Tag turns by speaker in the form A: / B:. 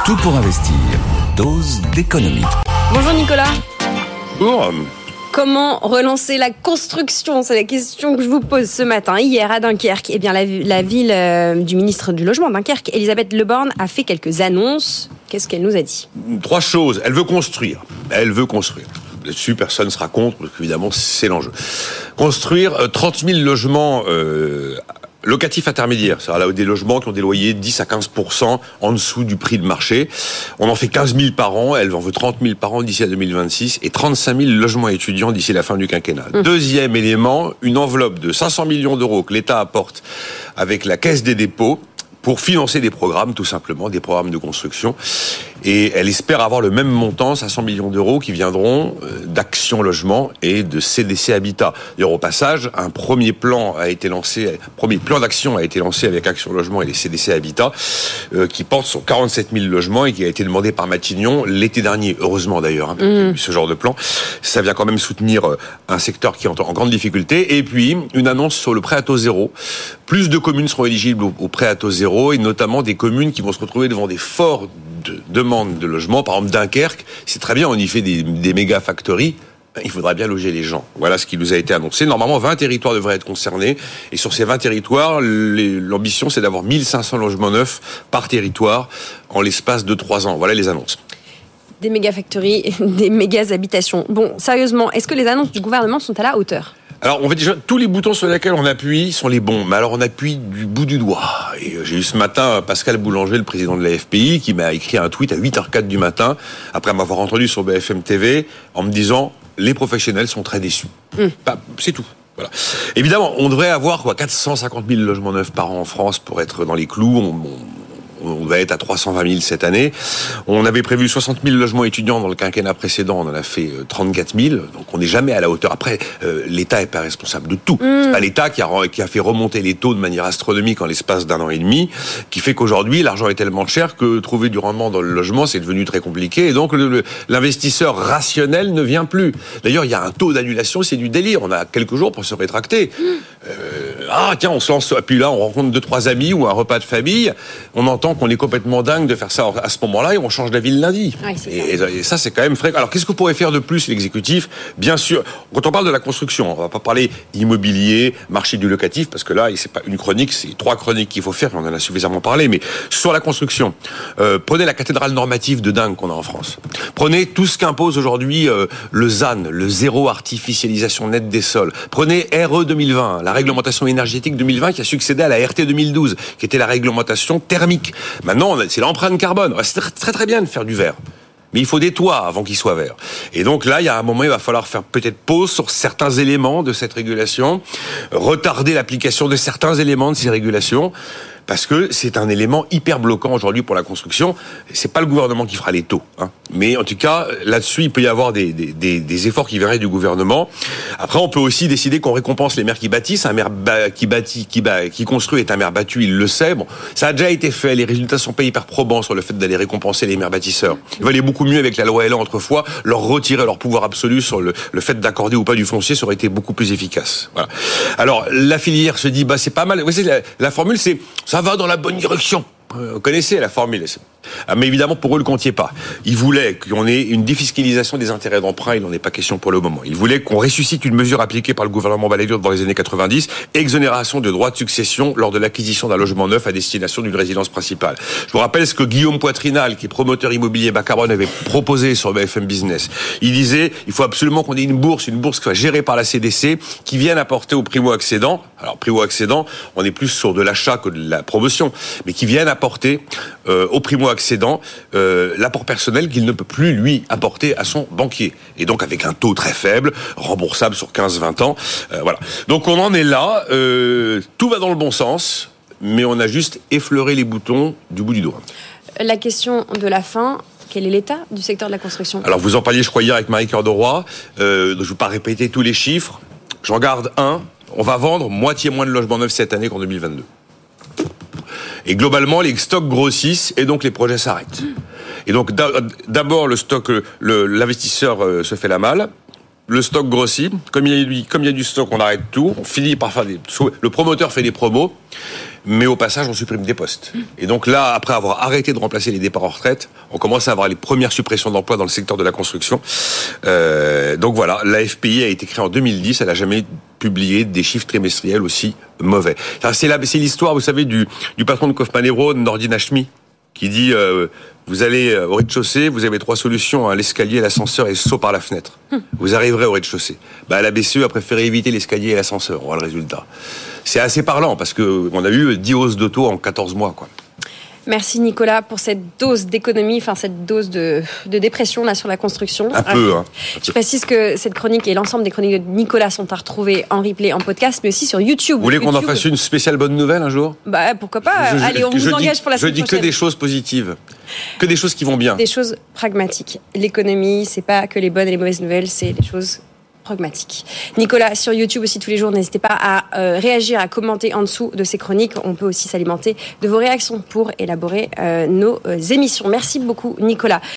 A: Tout pour investir. Dose d'économie.
B: Bonjour Nicolas.
C: Bonjour.
B: Comment relancer la construction ? C'est la question que je vous pose ce matin. Hier à Dunkerque, eh bien la ville du ministre du Logement, Dunkerque, Elisabeth Leborgne, a fait quelques annonces. Qu'est-ce qu'elle nous a dit ?
C: 3 choses. Elle veut construire. Là-dessus, personne ne sera contre, parce qu'évidemment, c'est l'enjeu. Construire 30 000 logements locatifs intermédiaires. C'est-à-dire là, des logements qui ont des loyers 10 à 15% en dessous du prix de marché. On en fait 15 000 par an. Elle en veut 30 000 par an d'ici à 2026 et 35 000 logements étudiants d'ici la fin du quinquennat. Deuxième élément, une enveloppe de 500 millions d'euros que l'État apporte avec la Caisse des dépôts pour financer des programmes, tout simplement, des programmes de construction. Et elle espère avoir le même montant, 500 millions d'euros, qui viendront d'Action Logement et de CDC Habitat. D'ailleurs, au passage, un premier plan d'action a été lancé avec Action Logement et les CDC Habitat, qui porte sur 47 000 logements et qui a été demandé par Matignon l'été dernier. Heureusement d'ailleurs, ce genre de plan. Ça vient quand même soutenir un secteur qui est en grande difficulté. Et puis, une annonce sur le prêt à taux zéro. Plus de communes seront éligibles au prêt à taux zéro, et notamment des communes qui vont se retrouver devant des forts demandes de logement. Par exemple, Dunkerque, c'est très bien, on y fait des méga factories. Il faudra bien loger les gens. Voilà ce qui nous a été annoncé. Normalement, 20 territoires devraient être concernés. Et sur ces 20 territoires, l'ambition, c'est d'avoir 1500 logements neufs par territoire en l'espace de 3 ans. Voilà les annonces.
B: Des méga factories, des méga habitations. Bon, sérieusement, est-ce que les annonces du gouvernement sont à la hauteur ?
C: Alors, on va déjà, tous les boutons sur lesquels on appuie sont les bons. Mais alors, on appuie du bout du doigt. Et j'ai eu ce matin Pascal Boulanger, le président de la FPI, qui m'a écrit un tweet à 8h04 du matin, après m'avoir entendu sur BFM TV, en me disant « Les professionnels sont très déçus ». C'est tout. Voilà. Évidemment, on devrait avoir 450 000 logements neufs par an en France pour être dans les clous. On va être à 320 000 cette année. On avait prévu 60 000 logements étudiants dans le quinquennat précédent. On en a fait 34 000. Donc on n'est jamais à la hauteur. Après, l'État n'est pas responsable de tout. C'est pas l'État qui a fait remonter les taux de manière astronomique en l'espace d'1 an et demi, qui fait qu'aujourd'hui, l'argent est tellement cher que trouver du rendement dans le logement, c'est devenu très compliqué. Et donc l'investisseur rationnel ne vient plus. D'ailleurs, il y a un taux d'annulation, c'est du délire. On a quelques jours pour se rétracter. Tiens, on se lance. Puis là, on rencontre 2-3 amis ou un repas de famille. On entend qu'on est complètement dingue de faire ça à ce moment-là et on change d'avis le lundi.
B: Oui,
C: et ça, c'est quand même fréquent. Alors, qu'est-ce que pourrait faire de plus l'exécutif ? Bien sûr, quand on parle de la construction, on va pas parler immobilier, marché du locatif, parce que là, c'est pas une chronique, c'est 3 chroniques qu'il faut faire, on en a suffisamment parlé, mais sur la construction, prenez la cathédrale normative de dingue qu'on a en France. Prenez tout ce qu'impose aujourd'hui le ZAN, le zéro artificialisation nette des sols. Prenez RE 2020, la réglementation énergétique 2020 qui a succédé à la RT 2012, qui était la réglementation thermique. Maintenant, c'est l'empreinte carbone. C'est très très bien de faire du verre. Mais il faut des toits avant qu'ils soient verts. Et donc là, il y a un moment, il va falloir faire peut-être pause sur certains éléments de cette régulation, retarder l'application de certains éléments de ces régulations, parce que c'est un élément hyper bloquant aujourd'hui pour la construction. C'est pas le gouvernement qui fera les taux, mais en tout cas là-dessus il peut y avoir des efforts qui viendraient du gouvernement. Après, on peut aussi décider qu'on récompense les maires qui bâtissent. Un maire qui construit est un maire battu, il le sait. Bon, ça a déjà été fait. Les résultats sont pas hyper probants sur le fait d'aller récompenser les maires bâtisseurs. Il valait beaucoup mieux avec la loi Elan autrefois, leur retirer leur pouvoir absolu sur le fait d'accorder ou pas du foncier, ça aurait été beaucoup plus efficace. Voilà. Alors la filière se dit c'est pas mal. Vous savez, la formule c'est ça va dans la bonne direction. Vous connaissez la formule. Mais évidemment, pour eux, le compte n'y est pas. Ils voulaient qu'on ait une défiscalisation des intérêts d'emprunt. Il n'en est pas question pour le moment. Ils voulaient qu'on ressuscite une mesure appliquée par le gouvernement Balladur dans les années 90, exonération de droits de succession lors de l'acquisition d'un logement neuf à destination d'une résidence principale. Je vous rappelle ce que Guillaume Poitrinal, qui est promoteur immobilier bas carbone, avait proposé sur BFM Business. Il disait, il faut absolument qu'on ait une bourse qui soit gérée par la CDC, qui vienne apporter aux primo-accédants. Alors, primo-accédants, on est plus sur de l'achat que de la promotion, mais qui viennent apporter aux primo-accédants l'apport personnel qu'il ne peut plus, lui, apporter à son banquier. Et donc, avec un taux très faible, remboursable sur 15-20 ans. Voilà. Donc, on en est là. Tout va dans le bon sens, mais on a juste effleuré les boutons du bout du doigt.
B: La question de la fin... Quel est l'état du secteur de la construction ?
C: Alors, vous en parliez, je crois, hier avec Marie-Cœur de Roy. Je ne vais pas répéter tous les chiffres. J'en garde un. On va vendre moitié moins de logements neufs cette année qu'en 2022. Et globalement, les stocks grossissent et donc les projets s'arrêtent. Et donc, d'abord, le stock, l'investisseur se fait la malle. le stock grossit. Comme il y a du stock, on arrête tout. On finit par faire le promoteur fait des promos, mais au passage, on supprime des postes. Et donc là, après avoir arrêté de remplacer les départs en retraite, on commence à avoir les premières suppressions d'emplois dans le secteur de la construction. Donc voilà, la FPI a été créée en 2010. Elle n'a jamais publié des chiffres trimestriels aussi mauvais. C'est l'histoire, vous savez, du patron de Kaufman & Broad, Nordin Hashmi, qui dit vous allez au rez-de-chaussée, vous avez 3 solutions, l'escalier, l'ascenseur et le saut par la fenêtre. Vous arriverez au rez-de-chaussée. La BCE a préféré éviter l'escalier et l'ascenseur. On voit le résultat. C'est assez parlant parce que on a eu 10 hausses de taux en 14 mois, quoi.
B: Merci Nicolas pour cette dose d'économie, cette dose de dépression là sur la construction.
C: Un peu.
B: Je précise que cette chronique et l'ensemble des chroniques de Nicolas sont à retrouver en replay, en podcast, mais aussi sur YouTube.
C: Vous voulez qu'on en fasse une spéciale bonne nouvelle un jour ?
B: Pourquoi pas. Allez, on vous engage pour la semaine prochaine.
C: Je dis que des choses positives, que des choses qui vont bien.
B: Des choses pragmatiques. L'économie, c'est pas que les bonnes et les mauvaises nouvelles, c'est des choses pragmatique. Nicolas, sur YouTube aussi tous les jours, n'hésitez pas à réagir, à commenter en dessous de ces chroniques. On peut aussi s'alimenter de vos réactions pour élaborer nos émissions. Merci beaucoup Nicolas.